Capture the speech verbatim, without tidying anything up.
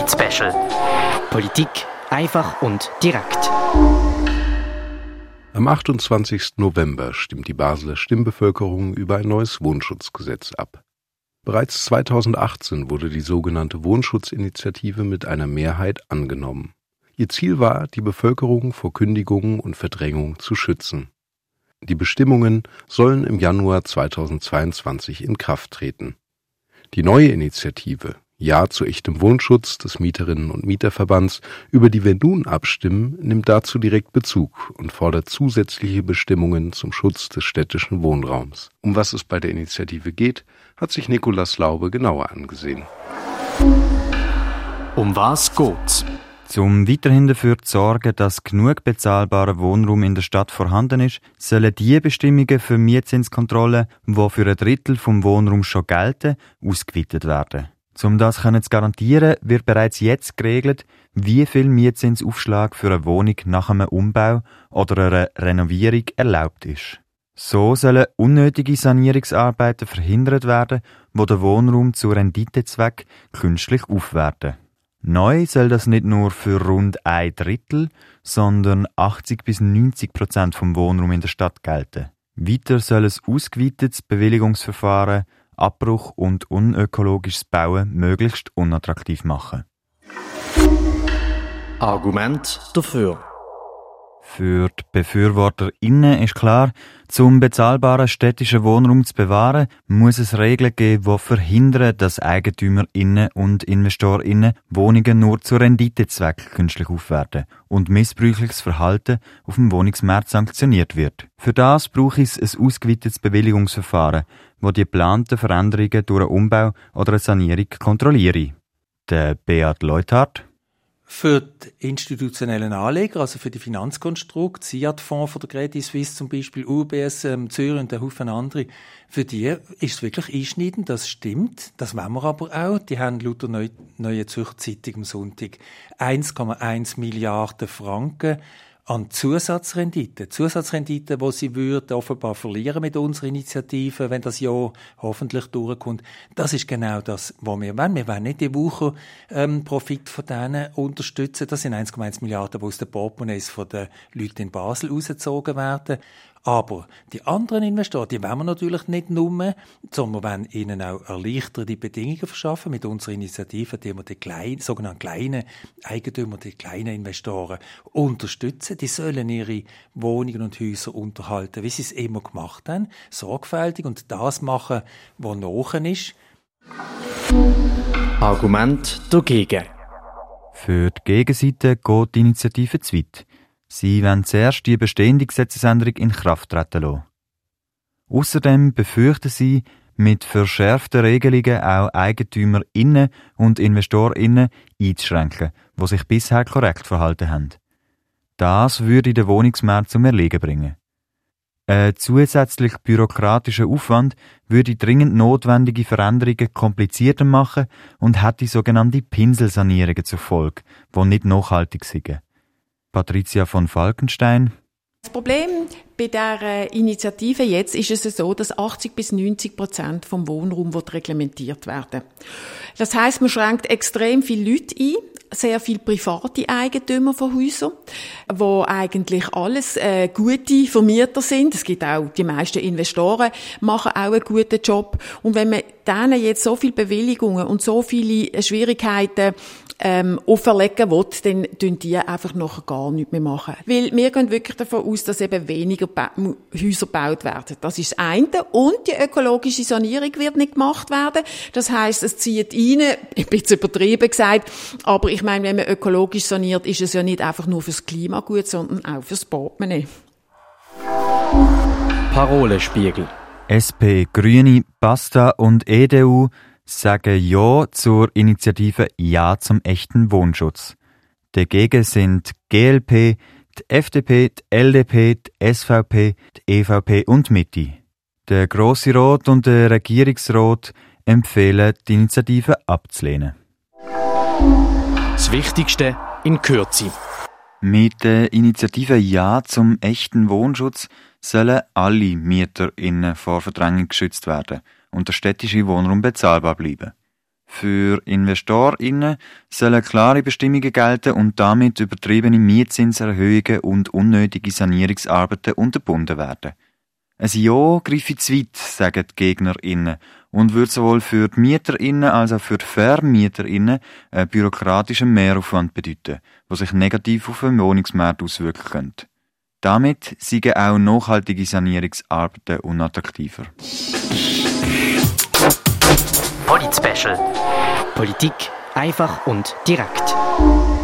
Special. Politik einfach und direkt. Am achtundzwanzigsten November stimmt die Basler Stimmbevölkerung über ein neues Wohnschutzgesetz ab. Bereits zweitausendachtzehn wurde die sogenannte Wohnschutzinitiative mit einer Mehrheit angenommen. Ihr Ziel war, die Bevölkerung vor Kündigungen und Verdrängung zu schützen. Die Bestimmungen sollen im Januar zweitausendzweiundzwanzig in Kraft treten. Die neue Initiative Ja zu echtem Wohnschutz des Mieterinnen- und Mieterverbands, über die wir nun abstimmen, nimmt dazu direkt Bezug und fordert zusätzliche Bestimmungen zum Schutz des städtischen Wohnraums. Um was es bei der Initiative geht, hat sich Nikolaus Laube genauer angesehen. Um was geht's? Um weiterhin dafür zu sorgen, dass genug bezahlbarer Wohnraum in der Stadt vorhanden ist, sollen die Bestimmungen für Mietzinskontrollen, die für ein Drittel vom Wohnraum schon gelten, ausgeweitet werden. Um das zu garantieren, wird bereits jetzt geregelt, wie viel Mietzinsaufschlag für eine Wohnung nach einem Umbau oder einer Renovierung erlaubt ist. So sollen unnötige Sanierungsarbeiten verhindert werden, die den Wohnraum zu Renditezweck künstlich aufwerten. Neu soll das nicht nur für rund ein Drittel, sondern achtzig bis neunzig Prozent vom Wohnraum in der Stadt gelten. Weiter soll ein ausgeweitetes Bewilligungsverfahren Abbruch und unökologisches Bauen möglichst unattraktiv machen. Argument dafür. Für die BefürworterInnen ist klar, zum bezahlbaren städtischen Wohnraum zu bewahren, muss es Regeln geben, die verhindern, dass EigentümerInnen und InvestorInnen Wohnungen nur zu Renditezwecken künstlich aufwerten und missbräuchliches Verhalten auf dem Wohnungsmarkt sanktioniert wird. Für das braucht es ein ausgeweitetes Bewilligungsverfahren, das die geplanten Veränderungen durch einen Umbau oder eine Sanierung kontrolliert. Der Beat Leuthardt. Für die institutionellen Anleger, also für die Finanzkonstrukte, S I A D-Fonds von der Credit Suisse zum Beispiel, U B S, ähm, Zürich und ein Haufen andere, für die ist es wirklich einschneidend, das stimmt, das wollen wir aber auch. Die haben laut der Neu- Neue Zürcher Zeitung am Sonntag eins Komma eins Milliarden Franken an Zusatzrendite. Zusatzrendite, die sie würden offenbar verlieren mit unserer Initiative, wenn das Jahr hoffentlich durchkommt. Das ist genau das, was wir wollen. Wir wollen nicht die Woche ähm, Profit von denen unterstützen. Das sind eins Komma eins Milliarden, die aus den Portemonnaies von den Leuten in Basel rausgezogen werden. Aber die anderen Investoren, die wollen wir natürlich nicht nur, sondern wir wollen ihnen auch erleichterte Bedingungen verschaffen mit unserer Initiative, die wir die kleinen, sogenannten kleinen Eigentümer, die kleinen Investoren unterstützen. Die sollen ihre Wohnungen und Häuser unterhalten, wie sie es immer gemacht haben, sorgfältig und das machen, was nachher ist. Argument dagegen. Für die Gegenseite geht die Initiative zu weit. Sie wollen zuerst die bestehende Gesetzesänderung in Kraft treten lassen. Außerdem befürchten sie, mit verschärften Regelungen auch EigentümerInnen und InvestorInnen einzuschränken, die sich bisher korrekt verhalten haben. Das würde den Wohnungsmarkt zum Erliegen bringen. Ein zusätzlich bürokratischer Aufwand würde dringend notwendige Veränderungen komplizierter machen und hätte sogenannte Pinselsanierungen zur Folge, die nicht nachhaltig sind. Patricia von Falkenstein. Das Problem bei dieser Initiative jetzt ist es so, dass achtzig bis neunzig Prozent vom Wohnraum reglementiert werden. Das heisst, man schränkt extrem viele Leute ein, sehr viele private Eigentümer von Häusern, wo eigentlich alles äh, gute Vermieter sind. Es gibt auch die meisten Investoren machen auch einen guten Job. Und wenn man denen jetzt so viele Bewilligungen und so viele Schwierigkeiten ähm, auferlegen will, dann tun die einfach nachher gar nichts mehr machen. Weil wir gehen wirklich davon aus, dass eben weniger ba- Häuser gebaut werden. Das ist das eine. Und die ökologische Sanierung wird nicht gemacht werden. Das heisst, es zieht rein, ein bisschen übertrieben gesagt, aber ich meine, wenn man ökologisch saniert, ist es ja nicht einfach nur fürs Klima gut, sondern auch fürs Portemonnaie. Parolenspiegel. S P, Grüne, Basta und E D U sagen Ja zur Initiative Ja zum echten Wohnschutz. Dagegen sind G L P, die F D P, die L D P, die S V P, die E V P und Mitte. Der Grosse Rat und der Regierungsrat empfehlen, die Initiative abzulehnen. Das Wichtigste in Kürze. Mit der Initiative Ja zum echten Wohnschutz sollen alle MieterInnen vor Verdrängung geschützt werden und der städtische Wohnraum bezahlbar bleiben. Für InvestorInnen sollen klare Bestimmungen gelten und damit übertriebene Mietzinserhöhungen und unnötige Sanierungsarbeiten unterbunden werden. Ein Ja greife zu weit, sagen die GegnerInnen, und würde sowohl für die MieterInnen als auch für die VermieterInnen einen bürokratischen Mehraufwand bedeuten, der sich negativ auf den Wohnungsmarkt auswirken könnte. Damit seien auch nachhaltige Sanierungsarbeiten unattraktiver. Polit-Special. Politik einfach und direkt.